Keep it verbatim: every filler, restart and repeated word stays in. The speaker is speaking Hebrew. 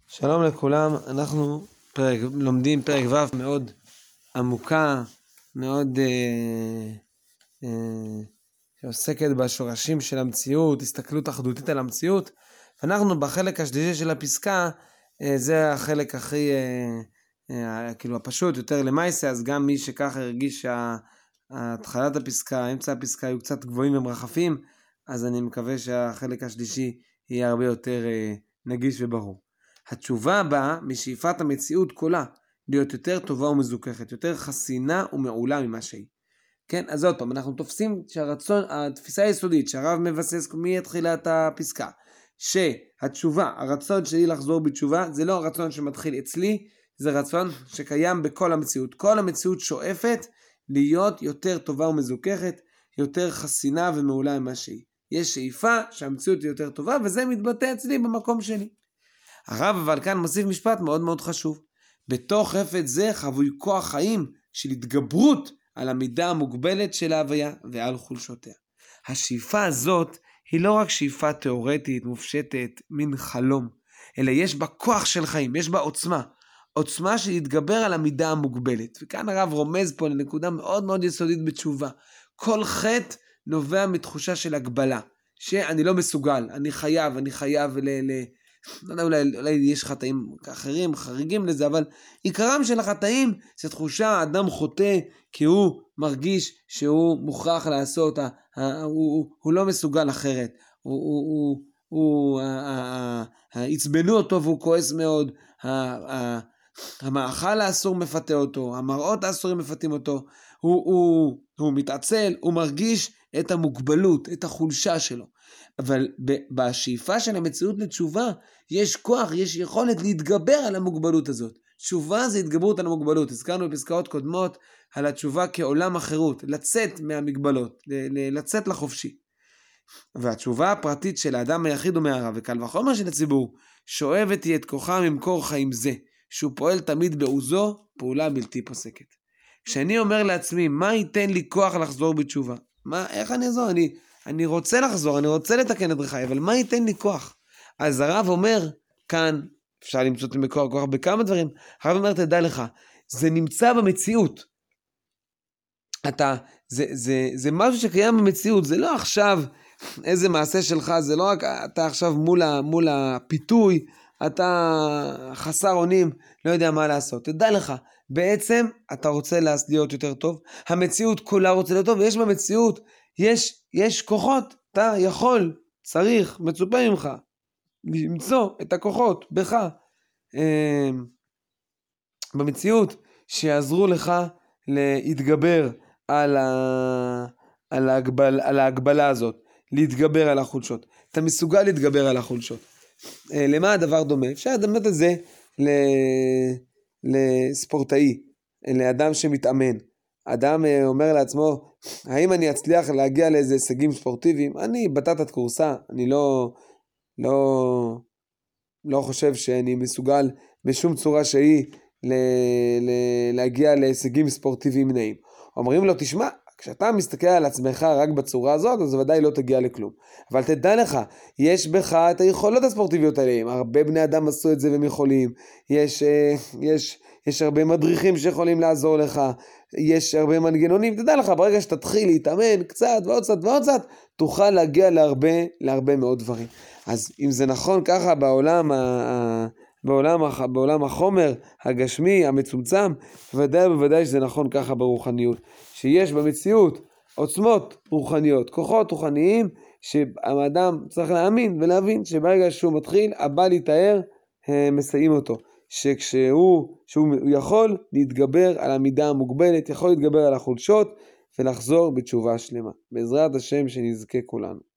שלום לכולם, אנחנו פרק, לומדים פרק ו' מאוד עמוקה, מאוד אה, אה, שעוסקת בשורשים של המציאות, הסתכלות אחדותית על המציאות. אנחנו בחלק השלישי של הפסקה, אה, זה החלק הכי אה, אה, כאילו הפשוט, יותר למעשה, אז גם מי שככה הרגיש שהתחלת הפסקה, אמצע הפסקה היו קצת גבוהים ומרחפים, אז אני מקווה שהחלק השלישי יהיה הרבה יותר אה, נגיש וברור. התשובה באה משאיפת המציאות כולה להיות יותר טובה ומזוככת, יותר חסינה ומעולה ממה שהיא. כן, אז עוד פעם, אנחנו תופסים שהרצון, התפיסה היסודית שהרב מבסס מתחילת הפסקה, שהתשובה, הרצון שלי לחזור בתשובה, זה לא הרצון שמתחיל אצלי, זה רצון שקיים בכל המציאות. כל המציאות שואפת להיות יותר טובה ומזוככת, יותר חסינה ומעולה ממה שהיא. יש שאיפה שהמציאות היא יותר טובה, וזה מתבטא אצלי במקום שלי. הרב אבל כאן מוסיף משפט מאוד מאוד חשוב. בתוך חפץ זה חבוי כוח חיים של התגברות על המידה המוגבלת של ההוויה ועל חולשותיה. השאיפה הזאת היא לא רק שאיפה תיאורטית, מופשטת, מין חלום, אלא יש בה כוח של חיים, יש בה עוצמה. עוצמה של להתגבר על המידה המוגבלת. וכאן הרב רומז פה לנקודה מאוד מאוד יסודית בתשובה. כל חטא נובע מתחושה של הגבלה, שאני לא מסוגל, אני חייב, אני חייב ל... ל לא יודע, אולי, אולי יש חטאים אחרים, חריגים לזה, אבל עיקרם של החטאים זה תחושה, אדם חוטא כי הוא מרגיש שהוא מוכרח לעשות, הוא, הוא, הוא, הוא לא מסוגל אחרת, הוא, הוא, הוא, הוא, הצבנו אותו והוא כועס מאוד, המאכל האסור מפתה אותו, המראות האסורים מפתים אותו, הוא, הוא, הוא מתעצל, הוא מרגיש את המוגבלות, את החולשה שלו. אבל בשאיפה של המציאות לתשובה, יש כוח, יש יכולת להתגבר על המוגבלות הזאת. תשובה זה התגברות על המוגבלות. הזכרנו בפסקאות קודמות על התשובה כעולם החירות, לצאת מהמגבלות, לצאת לחופשי. והתשובה הפרטית של האדם היחיד ומהרע, וקל וחומר של הציבור, שואבת היא את כוחה ממקור חיים זה, שהוא פועל תמיד בעוזו, פעולה בלתי פוסקת. כשאני אומר לעצמי, מה ייתן לי כוח לחזור בתשובה? מה, איך אני אעזור? אני... אני רוצה לחזור, אני רוצה לתקן את דרכיי, אבל מה ייתן לי כוח? אז הרב אומר, כאן, אפשר למצוא את מקור הכוח בכמה דברים, הרב אומר, תדע לך, זה נמצא במציאות. אתה, זה, זה, זה משהו שקיים במציאות, זה לא עכשיו איזה מעשה שלך, זה לא רק, אתה עכשיו מול, ה, מול הפיתוי, אתה חסר אונים, לא יודע מה לעשות. תדע לך, בעצם אתה רוצה להיות יותר טוב, המציאות כולה רוצה להיות טוב, ויש במציאות, יש, יש כוחות, אתה יכול, צריך, מצופה ממך, למצוא את הכוחות בך, אה, במציאות, שיעזרו לך להתגבר על, ה, על, ההגבל, על ההגבלה הזאת, להתגבר על החולשות. אתה מסוגל להתגבר על החולשות. אה, למה הדבר דומה? אפשר לדמת את זה לספורטאי, לאדם שמתאמן. אדם אומר לעצמו, האם אני אצליח להגיע לאיזה הישגים ספורטיביים? אני בטטת קורסה, אני לא, לא, לא חושב שאני מסוגל בשום צורה שהיא ל, ל, להגיע להישגים ספורטיביים נעים. אומרים לו, תשמע, כשאתה מסתכל על עצמך רק בצורה הזאת, אז ודאי לא תגיע לכלום. אבל תדע לך, יש בך את היכולות הספורטיביות האלה. הרבה בני אדם עשו את זה והם יכולים. יש, יש, יש הרבה מדריכים שיכולים לעזור לך. יש הרבה מנגנונים. תדע לך, ברגע שתתחיל להתאמן קצת ועוד קצת ועוד קצת, תוכל להגיע להרבה, להרבה מאוד דברים. אז אם זה נכון ככה בעולם, בעולם, בעולם החומר, הגשמי, המצומצם, ודאי בוודאי שזה נכון ככה ברוחניות. שיש במציאות עוצמות רוחניות, כוחות רוחניים, שהאדם צריך להאמין ולהבין שברגע שהוא מתחיל, הבא להתאר, מסיים אותו. שכשהוא שהוא יכול להתגבר על המידה המוגבלת, יכול להתגבר על החולשות ולחזור בתשובה שלמה. בעזרת השם שנזכה כולנו.